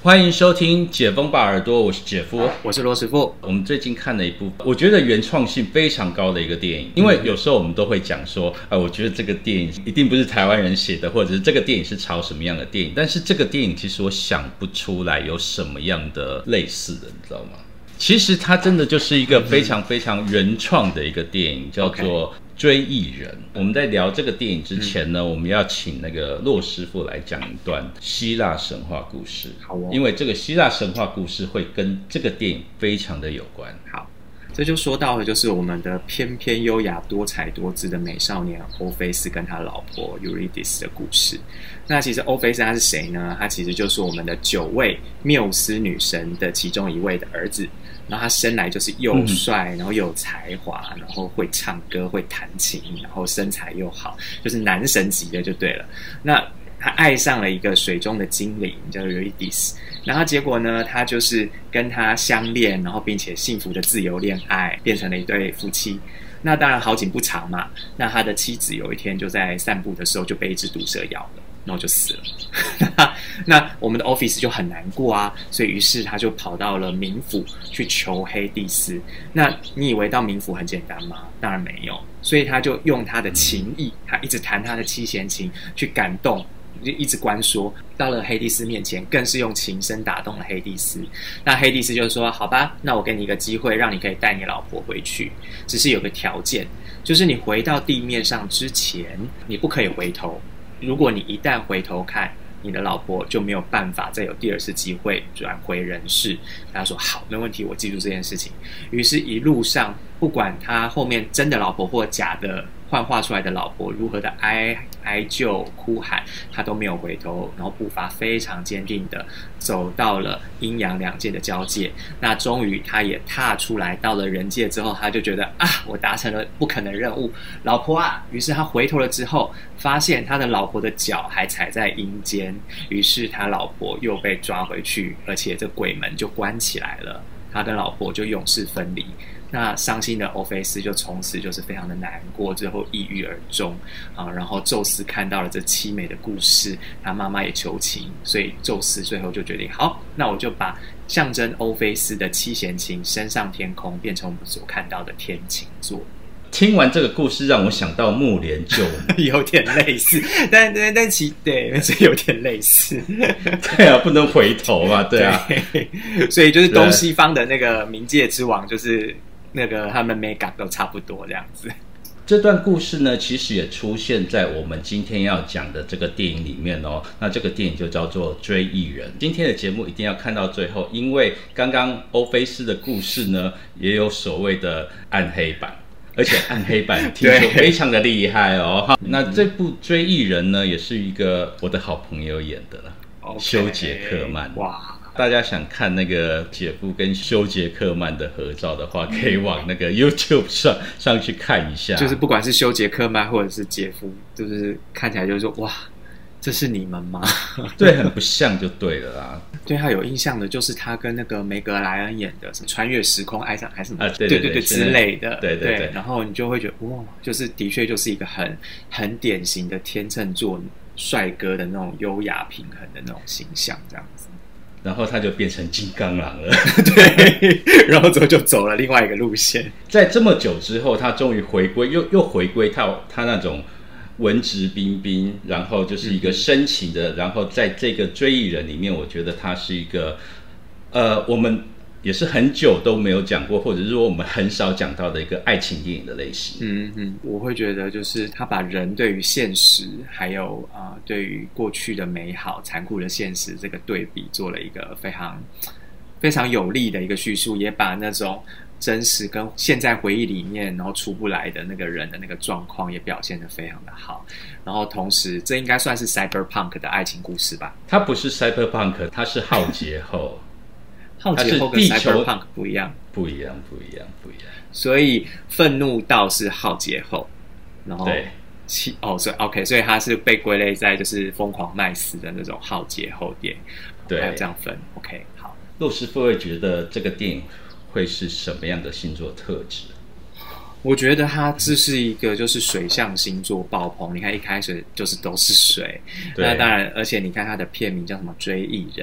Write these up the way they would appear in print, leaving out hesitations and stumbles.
欢迎收听解封吧耳朵，我是姐夫， 我是罗师傅。 我们最近看了一部我觉得原创性非常高的一个电影，因为有时候我们都会讲说，我觉得这个电影一定不是台湾人写的，或者是这个电影是抄什么样的电影，但是这个电影其实我想不出来有什么样的类似的，你知道吗？其实它真的就是一个非常非常原创的一个电影，叫做追忆人。我们在聊这个电影之前呢，我们要请那个骆师傅来讲一段希腊神话故事。 好哦， 因为这个希腊神话故事会跟这个电影非常的有关。 好，这就说到的就是我们的翩翩优雅、多彩多姿的美少年欧菲斯跟他老婆 Eurydice 的故事。那其实欧菲斯他是谁呢？他其实就是我们的9位缪斯女神的其中一位的儿子。然后他生来就是又帅，然后又有才华，然后会唱歌，会弹琴，然后身材又好，就是男神级的就对了。那他爱上了一个水中的精灵叫 Eurydice， 然后结果呢，他就是跟他相恋，然后并且幸福的自由恋爱，变成了一对夫妻。那当然好景不长嘛，那他的妻子有一天就在散步的时候就被一只毒蛇咬了，然后就死了。那我们的 Office 就很难过啊，所以于是他就跑到了冥府去求黑帝斯。那你以为到冥府很简单吗？当然没有，所以他就用他的情意，他一直弹他的七弦琴去感动，就一直关说，到了黑帝斯面前，更是用琴声打动了黑帝斯。那黑帝斯就说：“好吧，那我给你一个机会，让你可以带你老婆回去，只是有个条件，就是你回到地面上之前，你不可以回头。如果你一旦回头看，你的老婆就没有办法再有第二次机会转回人世。”他说：“好，没问题，我记住这件事情。”于是，一路上不管他后面真的老婆或假的幻化出来的老婆如何的哀救哭喊，他都没有回头，然后步伐非常坚定的走到了阴阳两界的交界。那终于他也踏出来到了人界之后，他就觉得我达成了不可能任务，老婆啊！于是他回头了之后，发现他的老婆的脚还踩在阴间，于是他老婆又被抓回去，而且这鬼门就关起来了，他的老婆就永世分离。那伤心的欧菲斯就从此就是非常的难过，最后抑郁而终然后宙斯看到了这凄美的故事，他妈妈也求情，所以宙斯最后就决定，好，那我就把象征欧菲斯的七弦琴升上天空，变成我们所看到的天琴座。 听完这个故事，让我想到木莲救母， 有点类似，但是有点类似。 对啊，不能回头嘛，对啊。 对，所以就是东西方的那个冥界之王，就是那个他们 make up 都差不多这样子。 这段故事呢，其实也出现在我们今天要讲的这个电影里面哦。那这个电影就叫做《追忆人》。今天的节目一定要看到最后，因为刚刚欧菲斯的故事呢，也有所谓的暗黑版。而且暗黑版听说非常的厉害哦。那这部《追忆人》呢，也是一个我的好朋友演的了，休杰克曼。哇！大家想看那个姐夫跟休杰克曼的合照的话，可以往那个 YouTube 上去看一下。 就是不管是休杰克曼或者是姐夫，就是看起来就是说哇，这是你们吗？ 对，很不像就对了啦。 对他有印象的就是他跟那个梅格莱恩演的什么穿越时空爱上还是什么对之类的， 对， 然后你就会觉得哇，就是的确就是一个很典型的天秤座帅哥的那种优雅平衡的那种形象这样子。 然后他就变成金刚狼了。 对，然后之后就走了另外一个路线。 在这么久之后，他终于回归，又回归到他那种文质彬彬，然后就是一个深情的，然后在这个追忆人里面，我觉得他是一个我们也是很久都没有讲过，或者是说我们很少讲到的一个爱情电影的类型。 我会觉得就是他把人对于现实，还有对于过去的美好、残酷的现实这个对比，做了一个非常非常有力的一个叙述，也把那种真实跟现在回忆里面然后出不来的那个人的那个状况也表现得非常的好。然后同时这应该算是 cyberpunk 的爱情故事吧。 它不是 cyberpunk， 它是浩劫后。 浩劫后跟 cyberpunk 不一样。 不一样。 所以愤怒道是浩劫后，然后对所以 OK， 所以它是被归类在就是疯狂麦斯的那种浩劫后电影。 对， 还有这样分 OK 好。 陆师傅会觉得这个电影会是什么样的星座特质？ 我觉得它这是一个就是水象星座爆棚，你看一开始就是都是水，那当然，而且你看它的片名叫什么《追忆人》，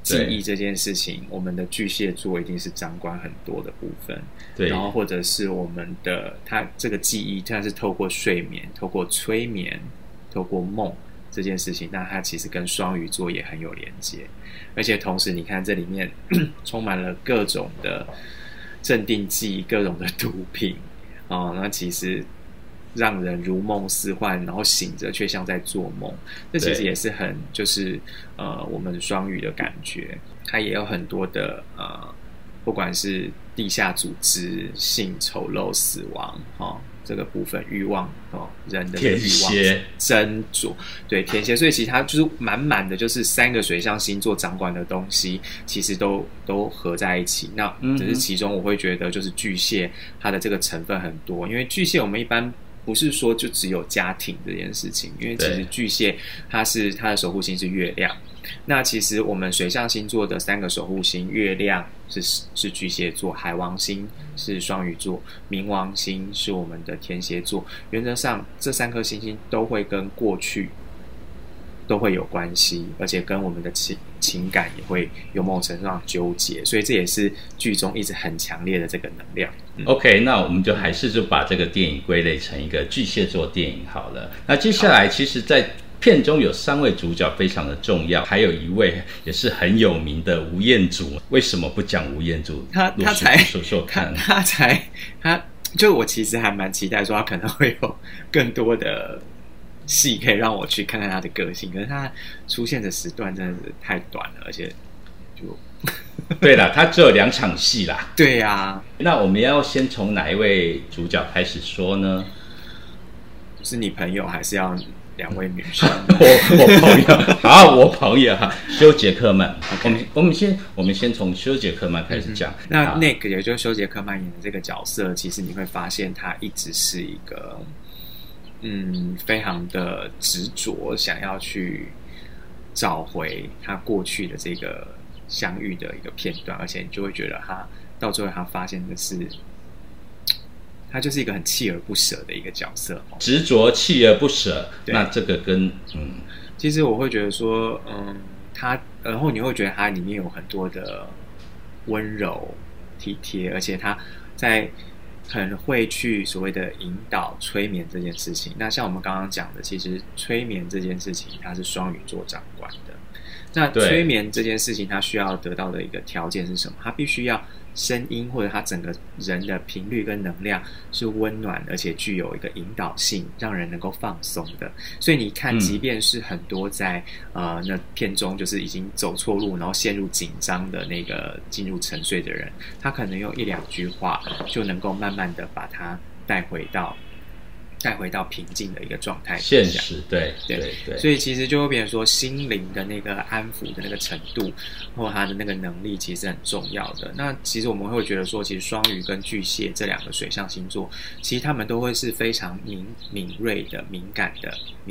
记忆这件事情，我们的巨蟹座一定是掌管很多的部分， 对， 然后或者是我们的它这个记忆，它是透过睡眠、透过催眠、透过梦这件事情，那它其实跟双鱼座也很有连接，而且同时你看这里面充满了各种的镇定剂、各种的毒品那其实让人如梦似幻，然后醒着却像在做梦，这其实也是很就是我们双鱼的感觉，它也有很多的不管是地下组织、性丑陋、死亡这个部分欲望人的欲望斟酌，对天蝎，所以其实它就是满满的，就是3个水象星座掌管的东西，其实都合在一起。那只是其中我会觉得，就是巨蟹它的这个成分很多，因为巨蟹我们一般不是说就只有家庭这件事情，因为其实巨蟹它的守护星是月亮。那其实我们水象星座的3个守护星，月亮是巨蟹座，海王星是双鱼座，冥王星是我们的天蝎座。原则上这3颗星星都会跟过去都会有关系，而且跟我们的情感也会有某种程度上纠结，所以这也是剧中一直很强烈的这个能量。 OK， 那我们就还是就把这个电影归类成一个巨蟹座电影好了。那接下来其实在片中有3位主角非常的重要，还有一位也是很有名的吴彦祖。为什么不讲吴彦祖？ 他才说说看， 他就我其实还蛮期待说他可能会有更多的戏可以让我去看看他的个性，可是他出现的时段真的是太短了，而且就对啦，他只有2场戏啦。 对啊， 那我们要先从哪一位主角开始说呢？ 是你朋友还是要2位女生？ 我朋友，好，我朋友哈，休·杰克曼。Okay. 我们先从休·杰克曼开始讲。 那个也就是休·杰克曼演的这个角色，其实你会发现他一直是一个非常的执着，想要去找回他过去的这个相遇的一个片段，而且你就会觉得他到最后他发现的是。他就是一个很锲而不舍的一个角色， 执着锲而不舍。那这个跟其实我会觉得说，他然后你会觉得他里面有很多的温柔体贴，而且他在很会去所谓的引导催眠这件事情。那像我们刚刚讲的，其实催眠这件事情它是双鱼座掌管的。那催眠这件事情，它需要得到的一个条件是什么？它必须要声音或者它整个人的频率跟能量是温暖，而且具有一个引导性，让人能够放松的。所以你看，即便是很多在那片中就是已经走错路，然后陷入紧张的那个进入沉睡的人，他可能用1-2句话就能够慢慢的把他带回到平静的一个状态， 现实，对， 所以其实就会变成说，心灵的那个安抚的那个程度，或他的那个能力，其实很重要的。那其实我们会觉得说，其实双鱼跟巨蟹这2个水象星座，其实他们都会是非常敏锐的、敏感的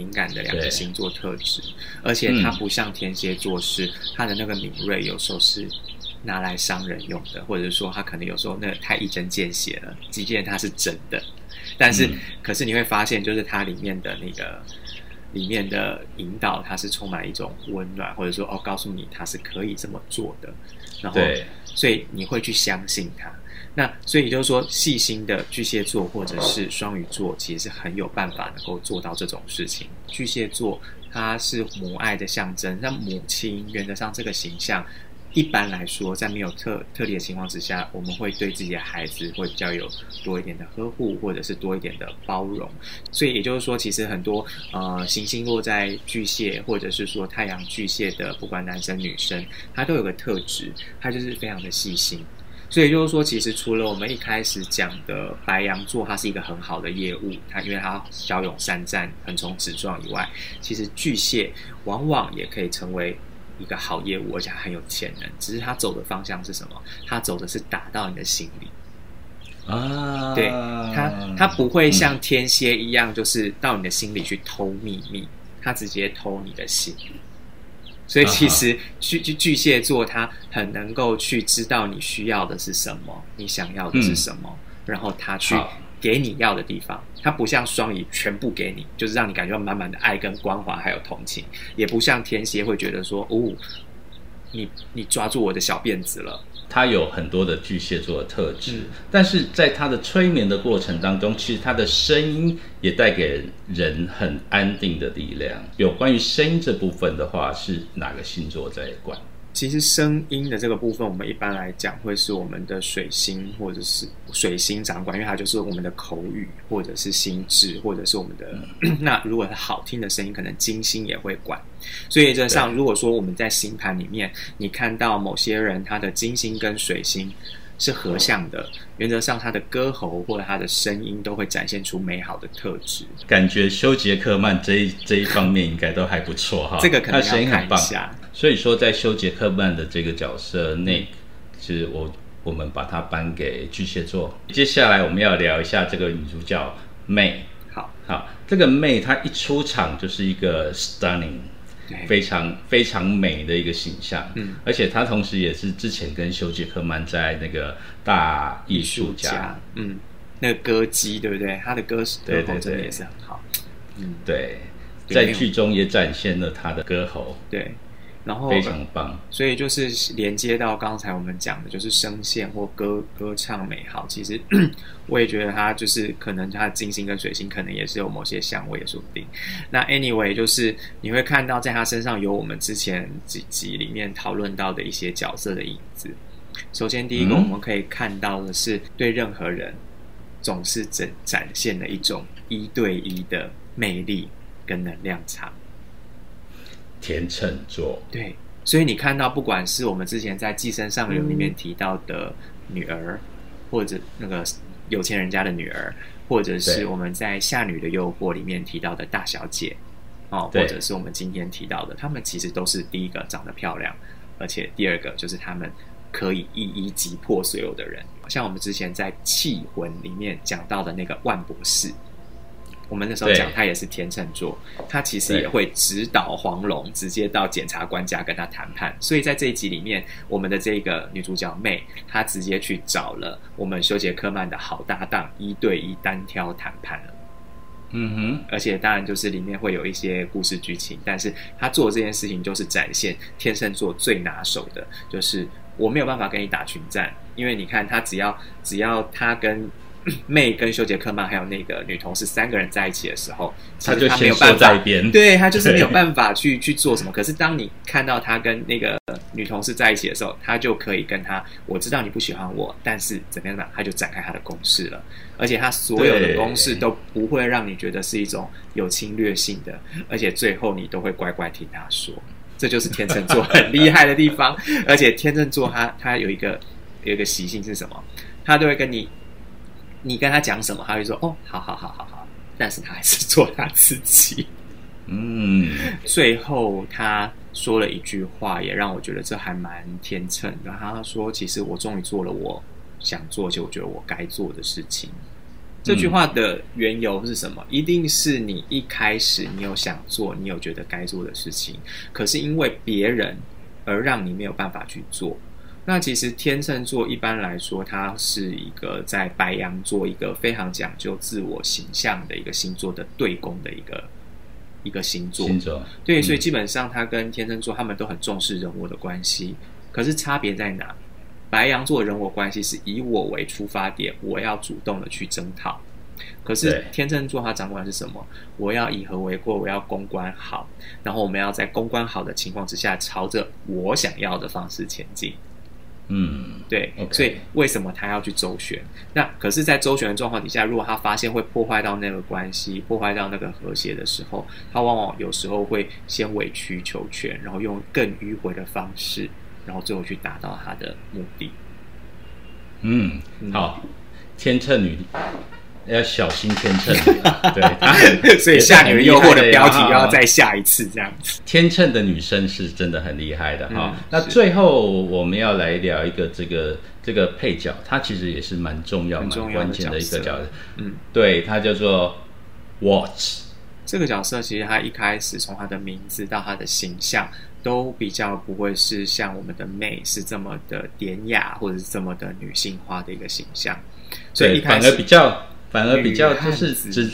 2个星座特质，而且它不像天蝎座是它的那个敏锐，有时候是拿来伤人用的，或者说它可能有时候那个太一针见血了，即便它是真的。但是，可是你会发现，就是它里面的那个里面的引导，它是充满一种温暖，或者说告诉你它是可以这么做的，然后，所以你会去相信它。那所以就是说，细心的巨蟹座或者是双鱼座，其实是很有办法能够做到这种事情。巨蟹座它是母爱的象征，那母亲原则上这个形象。一般来说，在没有特例的情况之下，我们会对自己的孩子会比较有多一点的呵护，或者是多一点的包容。所以也就是说，其实很多行星落在巨蟹，或者是说太阳巨蟹的，不管男生女生，他都有个特质，他就是非常的细心。所以就是说，其实除了我们一开始讲的白羊座，它是一个很好的业务，因为它骁勇善战、横冲直撞以外，其实巨蟹往往也可以成为一个好业务，而且还很有潜能，只是他走的方向是什么？他走的是打到你的心里啊！对，他不会像天蝎一样，就是到你的心里去偷秘密，他直接偷你的心。所以其实巨蟹座他很能够去知道你需要的是什么，你想要的是什么，然后他去给你要的地方。它不像双鱼全部给你，就是让你感觉到满满的爱跟关怀还有同情，也不像天蝎会觉得说你抓住我的小辫子了。 他有很多的巨蟹座的特质，但是在他的催眠的过程当中，其实他的声音也带给人很安定的力量。有关于声音这部分的话，是哪个星座在管？ 其实声音的这个部分，我们一般来讲会是我们的水星或者是水星掌管，因为它就是我们的口语或者是心智或者是我们的那如果是好听的声音，可能金星也会管。所以原则上，如果说我们在星盘里面，你看到某些人他的金星跟水星是合相的，原则上他的歌喉或者他的声音都会展现出美好的特质。 感觉休杰克曼这一方面应该都还不错哈， 这个可能要看一下。所以说，在休杰克曼的这个角色内，其实我们把它颁给巨蟹座。接下来我们要聊一下这个女主角 May。好，这个 May 她一出场就是一个 stunning， 非常非常美的一个形象。而且她同时也是之前跟休杰克曼在那个大艺术家， 那个歌姬对不对？她的歌喉真的也是很好。 对，在剧中也展现了她的歌喉。 对。然后非常棒， 所以就是连接到刚才我们讲的，就是声线或歌唱美好。其实我也觉得他就是可能他的金星跟水星可能也是有某些相位，也说不定。那 anyway 就是你会看到在他身上有我们之前几集里面讨论到的一些角色的影子。首先第一个我们可以看到的是，对任何人总是展现了一种1对1的魅力跟能量场。 天秤座， 对，所以你看到不管是我们之前在《寄生上流》里面提到的女儿，或者那个有钱人家的女儿，或者是我们在《夏女的诱惑》里面提到的大小姐，或者是我们今天提到的，她们其实都是第一个长得漂亮，而且第二个就是她们可以一一击破所有的人。像我们之前在《气魂》里面讲到的那个万博士，我们那时候讲他也是天秤座，他其实也会指导黄龙直接到检察官家跟他谈判。所以在这一集里面，我们的这个女主角妹，她直接去找了我们休杰克曼的好搭档，1对1单挑谈判了。而且当然就是里面会有一些故事剧情，但是他做这件事情就是展现天秤座最拿手的，就是我没有办法跟你打群战，因为你看他只要他跟妹跟休杰克曼还有那个女同事3个人在一起的时候， 他就先说在一边， 对，他就是没有办法去做什么。可是当你看到他跟那个女同事在一起的时候，他就可以跟他，我知道你不喜欢我，但是怎么样呢？他就展开他的攻势了，而且他所有的攻势都不会让你觉得是一种有侵略性的，而且最后你都会乖乖听他说。这就是天秤座很厉害的地方。而且天秤座他有一个习性是什么？他都会跟你跟他讲什么，他会说哦，好，但是他还是做他自己。最后他说了一句话，也让我觉得这还蛮天秤的。他说：“其实我终于做了我想做，而且我觉得我该做的事情。”这句话的缘由是什么？一定是你一开始你有想做，你有觉得该做的事情，可是因为别人而让你没有办法去做。那其实天秤座一般来说，它是一个在白羊座一个非常讲究自我形象的一个星座的对宫的一个星座。对，所以基本上它跟天秤座他们都很重视人我的关系。可是差别在哪？白羊座的人我关系是以我为出发点，我要主动的去征讨。可是天秤座它掌管的是什么？我要以和为贵，我要公关好，然后我们要在公关好的情况之下，朝着我想要的方式前进。对，所以为什么他要去周旋？那可是在周旋的状况底下，如果他发现会破坏到那个关系，破坏到那个和谐的时候，他往往有时候会先委曲求全，然后用更迂回的方式，然后最后去达到他的目的。 好，天秤女要小心天秤女，对， 所以《夏女的诱惑》的标题要再下一次这样子。 天秤的女生是真的很厉害的哈。那最后我们要来聊一个这个配角，她其实也是蛮重要、蛮关键的一个角色。对，她叫做 Watts。 这个角色其实她一开始从她的名字到她的形象，都比较不会是像我们的妹是这么的典雅，或者是这么的女性化的一个形象。所以一开始反而比较就是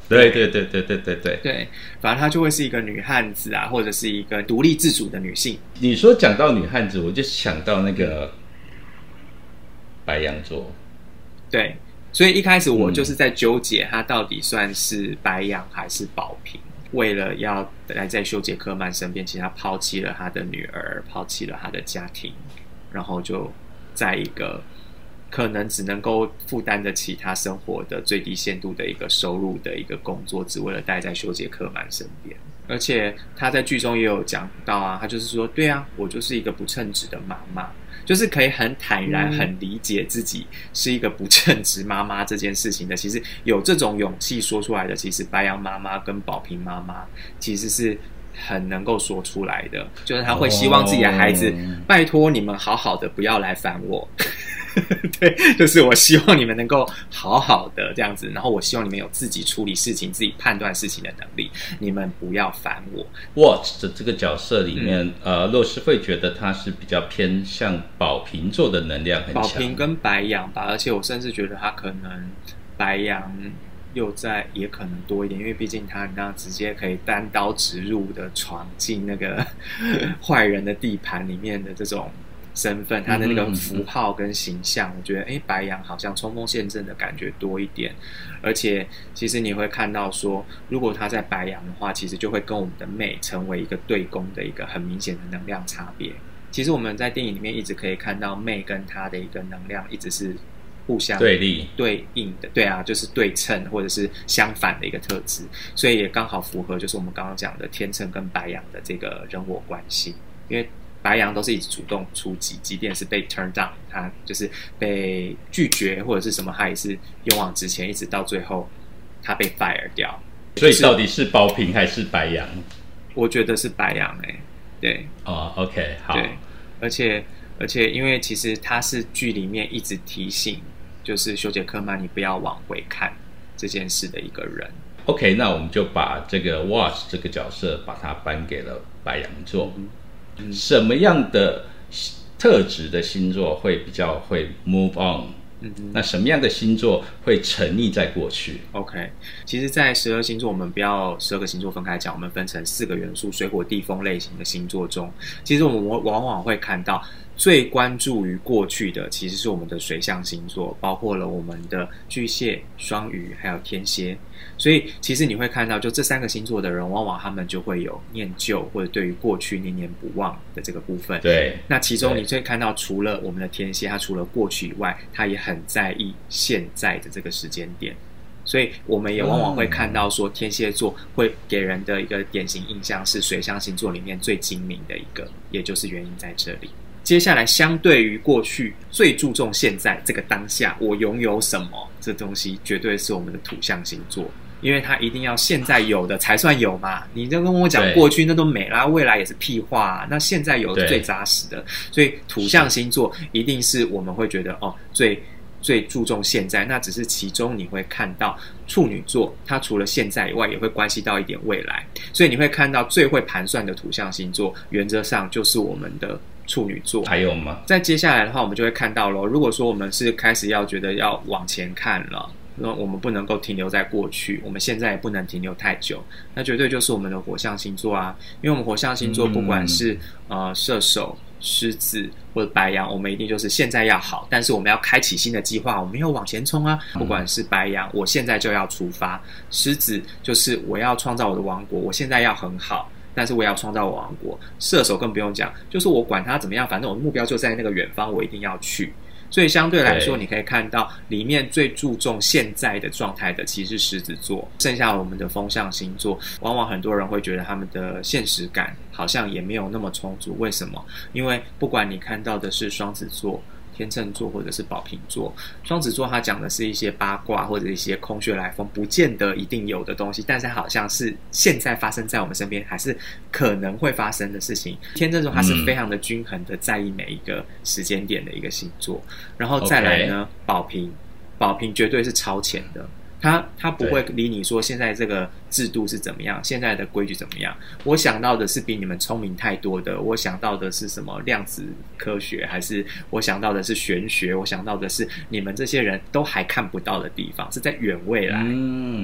对对对对对对对对，反正她就会是一个女汉子啊，或者是一个独立自主的女性。 你说讲到女汉子，我就想到那个白羊座。 对，所以一开始我就是在纠结她到底算是白羊还是宝瓶。为了要来在休杰克曼身边，其实他抛弃了他的女儿，抛弃了他的家庭，然后就在一个可能只能够负担得起他生活的最低限度的一个收入的一个工作，只为了待在休杰克曼身边。而且他在剧中也有讲到啊，他就是说，对啊，我就是一个不称职的妈妈，就是可以很坦然、很理解自己是一个不称职妈妈这件事情的。其实有这种勇气说出来的，其实白羊妈妈跟宝瓶妈妈其实是很能够说出来的，就是他会希望自己的孩子，拜托你们好好的，不要来烦我。对，就是我希望你们能够好好的这样子，然后我希望你们有自己处理事情、自己判断事情的能力，你们不要烦我。 Watch 的这个角色里面，洛师会觉得他是比较偏向宝瓶座的能量很强， 宝瓶跟白羊吧，而且我甚至觉得他可能白羊又也可能多一点，因为毕竟他那样直接可以单刀直入的闯进那个坏人的地盘里面的这种身份，他的那个符号跟形象，我觉得白羊好像冲锋陷阵的感觉多一点。而且其实你会看到说，如果他在白羊的话，其实就会跟我们的妹成为一个对攻的一个很明显的能量差别。其实我们在电影里面一直可以看到妹跟他的一个能量一直是互相对立对应的，对啊，就是对称或者是相反的一个特质，所以也刚好符合就是我们刚刚讲的天秤跟白羊的这个人我关系。因为白羊都是一直主动出击，即便是被 turn down， 他就是被拒绝或者是什么，他也是勇往直前，一直到最后他被 fire 掉。 所以到底是宝瓶还是白羊？ 我觉得是白羊对。 OK 好。 对，而且因为其实他是剧里面一直提醒，就是休杰克曼你不要往回看这件事的一个人。 OK， 那我们就把这个 Watch 这个角色把它颁给了白羊座。什么样的特质的星座会比较会 move on？那什么样的星座会沉溺在过去 ？OK， 其实，在12星座，我们不要12个星座分开讲，我们分成4个元素：水、火、地、风类型的星座中，其实我们往往会看到最关注于过去的，其实是我们的水象星座，包括了我们的巨蟹、双鱼还有天蝎。所以其实你会看到，就这3个星座的人，往往他们就会有念旧或者对于过去念念不忘的这个部分。 对， 那其中你会看到，除了我们的天蝎，他除了过去以外，他也很在意现在的这个时间点。所以我们也往往会看到说，天蝎座会给人的一个典型印象是水象星座里面最精明的一个，也就是原因在这里。接下来，相对于过去，最注重现在这个当下，我拥有什么，这东西绝对是我们的土象星座，因为它一定要现在有的才算有嘛。你就跟我讲过去那都没啦，未来也是屁话那现在有的最扎实的。所以土象星座一定是我们会觉得最注重现在。那只是其中你会看到处女座，它除了现在以外，也会关系到一点未来。所以你会看到最会盘算的土象星座，原则上就是我们的处女座。 还有吗？ 在接下来的话，我们就会看到咯，如果说我们是开始要觉得要往前看了，那我们不能够停留在过去，我们现在也不能停留太久，那绝对就是我们的火象星座啊。因为我们火象星座不管是射手、狮子或者白羊，我们一定就是现在要好，但是我们要开启新的计划，我们要往前冲啊。不管是白羊，我现在就要出发；狮子就是我要创造我的王国，我现在要很好，但是我也要创造我王国。射手更不用讲，就是我管他怎么样，反正我的目标就在那个远方，我一定要去。所以相对来说，你可以看到里面最注重现在的状态的其实是狮子座，剩下我们的风象星座，往往很多人会觉得他们的现实感好像也没有那么充足。为什么？因为不管你看到的是双子座、天秤座或者是宝瓶座，双子座它讲的是一些八卦或者一些空穴来风，不见得一定有的东西，但是好像是现在发生在我们身边，还是可能会发生的事情。天秤座它是非常的均衡的，在意每一个时间点的一个星座。然后再来呢，宝瓶绝对是超前的。他不会理你说现在这个制度是怎么样，现在的规矩怎么样。我想到的是比你们聪明太多的，我想到的是什么量子科学，还是我想到的是玄学，我想到的是你们这些人都还看不到的地方，是在远未来。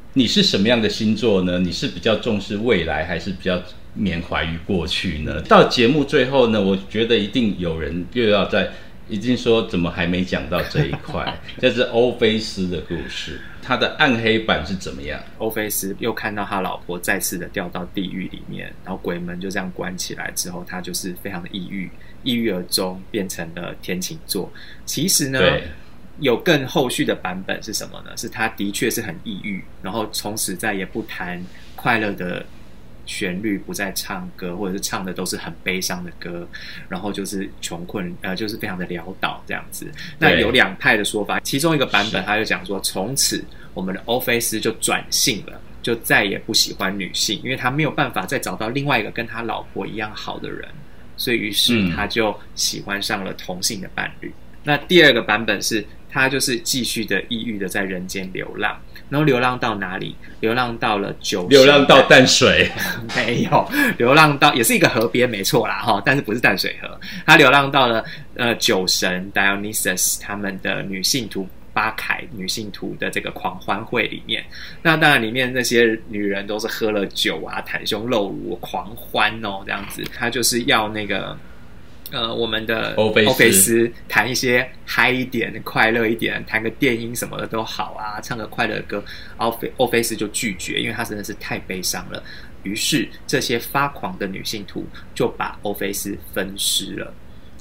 你是什么样的星座呢？你是比较重视未来，还是比较缅怀于过去呢？到节目最后呢，我觉得一定有人又要一定说怎么还没讲到这一块，这是欧菲斯的故事，他的暗黑版是怎么样？ 欧菲斯又看到他老婆再次的掉到地狱里面，然后鬼门就这样关起来之后，他就是非常的抑郁而终，变成了天秤座。其实呢，有更后续的版本是什么呢？是他的确是很抑郁，然后从此再也不弹快乐的旋律，不再唱歌，或者是唱的都是很悲伤的歌，然后就是穷困，就是非常的潦倒这样子。那有两派的说法，其中一个版本他就讲说，从此我们的欧菲斯就转性了，就再也不喜欢女性，因为他没有办法再找到另外一个跟他老婆一样好的人，所以于是他就喜欢上了同性的伴侣。那第二个版本是他就是继续的抑郁的在人间流浪，然后流浪到哪里？流浪到了流浪到淡水没有，流浪到也是一个河边没错啦，但是不是淡水河。他流浪到了酒神 Dionysus 他们的女性徒巴凯女性徒的这个狂欢会里面。那当然里面那些女人都是喝了酒啊，袒胸露乳狂欢哦，这样子。他就是要那个我们的欧菲斯弹一些嗨一点快乐一点，弹个电音什么的都好啊，唱个快乐的歌。欧菲斯就拒绝，因为他真的是太悲伤了。于是这些发狂的女性徒就把欧菲斯分尸了。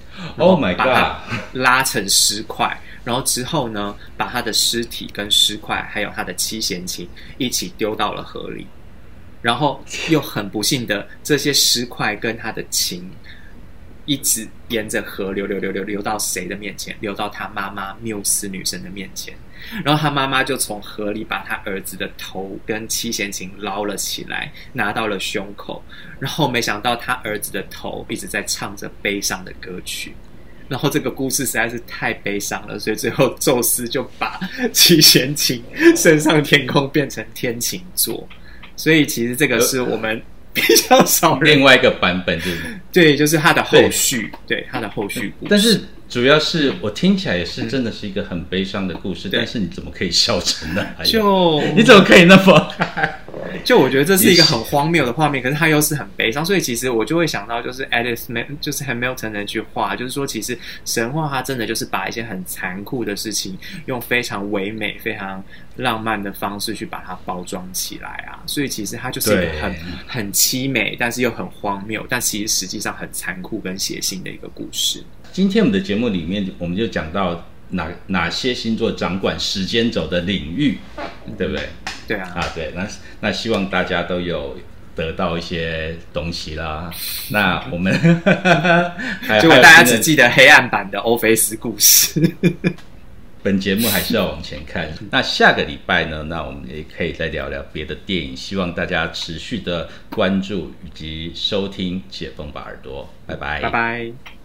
Oh my god！ 把他拉成尸块，然后之后呢，把他的尸体跟尸块还有他的七弦琴一起丢到了河里。然后又很不幸的，这些尸块跟他的琴一直沿着河流到谁的面前？流到他妈妈缪斯女神的面前。然后他妈妈就从河里把他儿子的头跟七弦琴捞了起来，拿到了胸口。然后没想到他儿子的头一直在唱着悲伤的歌曲。然后这个故事实在是太悲伤了，所以最后宙斯就把七弦琴升上天空，变成天琴座。所以其实这个是我们比较少人另外一个版本， 对，就是它的后续，对它的后续故事。 但是主要是我听起来也是真的是一个很悲伤的故事，但是你怎么可以笑成那样？你怎么可以那么？ 就我觉得这是一个很荒谬的画面，可是它又是很悲伤，所以其实我就会想到，就是 就是 Hamilton 的一句话，就是说，其实神话它真的就是把一些很残酷的事情，用非常唯美、非常浪漫的方式去把它包装起来啊。所以其实它就是一个很凄美，但是又很荒谬，但其实实际上很残酷跟血腥的一个故事。 今天我们的节目里面，我们就讲到哪些星座掌管时间轴的领域，对不对？ 对啊， 对，那希望大家都有得到一些东西啦。那我们结果大家只记得黑暗版的欧菲斯故事。 本节目还是要往前看。那下个礼拜呢，那我们也可以再聊聊别的电影。希望大家持续的关注以及收听《解封吧耳朵》，拜拜， 拜拜。